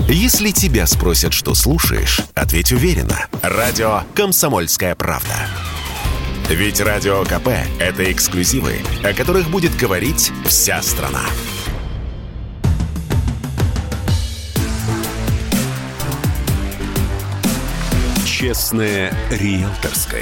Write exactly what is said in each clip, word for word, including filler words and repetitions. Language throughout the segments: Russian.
Если тебя спросят, что слушаешь, ответь уверенно. Радио «Комсомольская правда». Ведь Радио КП – это эксклюзивы, о которых будет говорить вся страна. Честное риэлторское.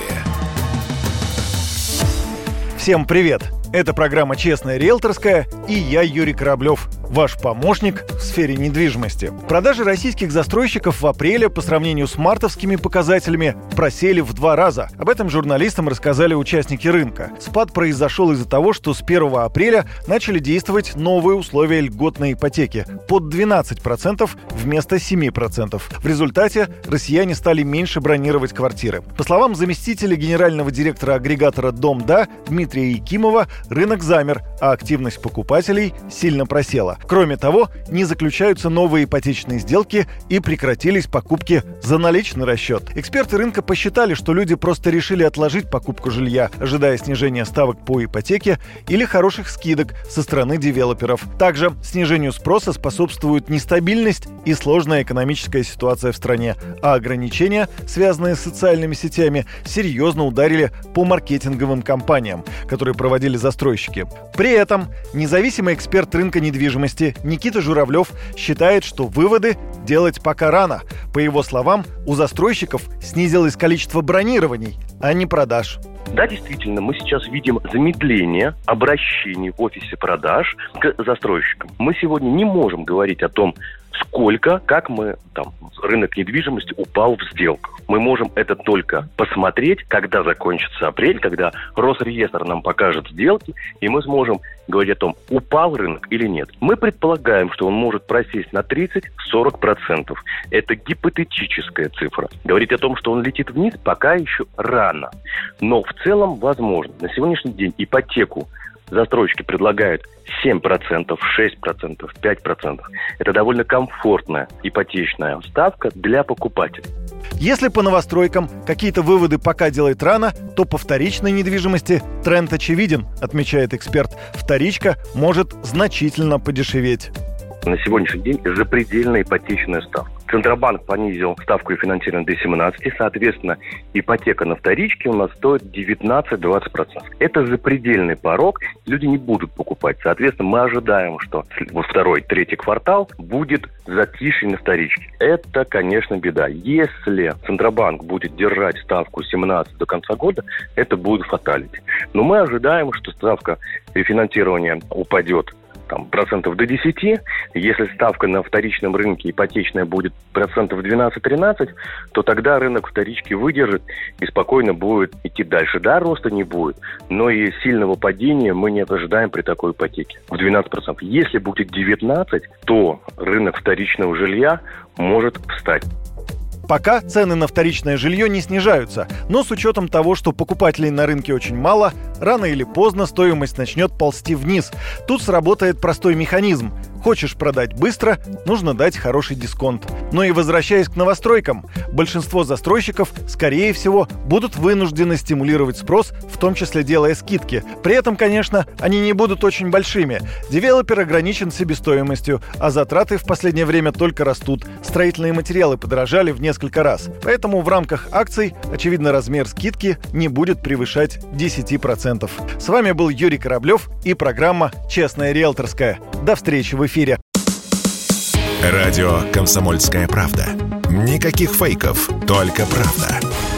Всем привет! Это программа «Честная риэлторская» и я, Юрий Кораблев, ваш помощник в сфере недвижимости. Продажи российских застройщиков в апреле по сравнению с мартовскими показателями просели в два раза. Об этом журналистам рассказали участники рынка. Спад произошел из-за того, что с первого апреля начали действовать новые условия льготной ипотеки под двенадцать процентов вместо семи процентов. В результате россияне стали меньше бронировать квартиры. По словам заместителя генерального директора агрегатора «Дом.Да» Дмитрия Якимова, рынок замер, а активность покупателей сильно просела. Кроме того, не заключаются новые ипотечные сделки и прекратились покупки за наличный расчет. Эксперты рынка посчитали, что люди просто решили отложить покупку жилья, ожидая снижения ставок по ипотеке или хороших скидок со стороны девелоперов. Также снижению спроса способствует нестабильность и сложная экономическая ситуация в стране, а ограничения, связанные с социальными сетями, серьезно ударили по маркетинговым кампаниям, которые проводили застройщики. При этом независимый эксперт рынка недвижимости Никита Журавлев считает, что выводы делать пока рано. По его словам, у застройщиков снизилось количество бронирований, а не продаж. Да, действительно, мы сейчас видим замедление обращений в офисе продаж к застройщикам. Мы сегодня не можем говорить о том, сколько, как мы, там, рынок недвижимости упал в сделках. Мы можем это только посмотреть, когда закончится апрель, когда Росреестр нам покажет сделки, и мы сможем говорить о том, упал рынок или нет. Мы предполагаем, что он может просесть на тридцать-сорок процентов. Это гипотетическая цифра. Говорить о том, что он летит вниз, пока еще рано. Но в целом возможно. На сегодняшний день ипотеку застройщики предлагают семь процентов, шесть процентов, пять процентов. Это довольно комфортная ипотечная ставка для покупателей. Если по новостройкам какие-то выводы пока делать рано, то по вторичной недвижимости тренд очевиден, отмечает эксперт. Вторичка может значительно подешеветь. На сегодняшний день запредельная ипотечная ставка. Центробанк понизил ставку рефинансирования до семнадцати, соответственно, ипотека на вторичке у нас стоит девятнадцать-двадцать процентов. Это запредельный порог, люди не будут покупать. Соответственно, мы ожидаем, что во второй, третий квартал будет затишье на вторичке. Это, конечно, беда. Если Центробанк будет держать ставку семнадцать до конца года, это будет фаталити. Но мы ожидаем, что ставка рефинансирования упадет там, процентов до десяти. Если ставка на вторичном рынке ипотечная будет процентов двенадцать-тринадцать, то тогда рынок вторички выдержит и спокойно будет идти дальше. Да, роста не будет, но и сильного падения мы не ожидаем при такой ипотеке в двенадцать процентов. Если будет девятнадцать, то рынок вторичного жилья может встать. Пока цены на вторичное жилье не снижаются, но с учетом того, что покупателей на рынке очень мало, рано или поздно стоимость начнет ползти вниз. Тут сработает простой механизм. Хочешь продать быстро, нужно дать хороший дисконт. Но и возвращаясь к новостройкам, большинство застройщиков, скорее всего, будут вынуждены стимулировать спрос, в том числе делая скидки. При этом, конечно, они не будут очень большими. Девелопер ограничен себестоимостью, а затраты в последнее время только растут. Строительные материалы подорожали в несколько раз. Поэтому в рамках акций, очевидно, размер скидки не будет превышать десять процентов. С вами был Юрий Кораблев и программа «Честная риэлторская». До встречи в эфире. Радио «Комсомольская правда». Никаких фейков, только правда.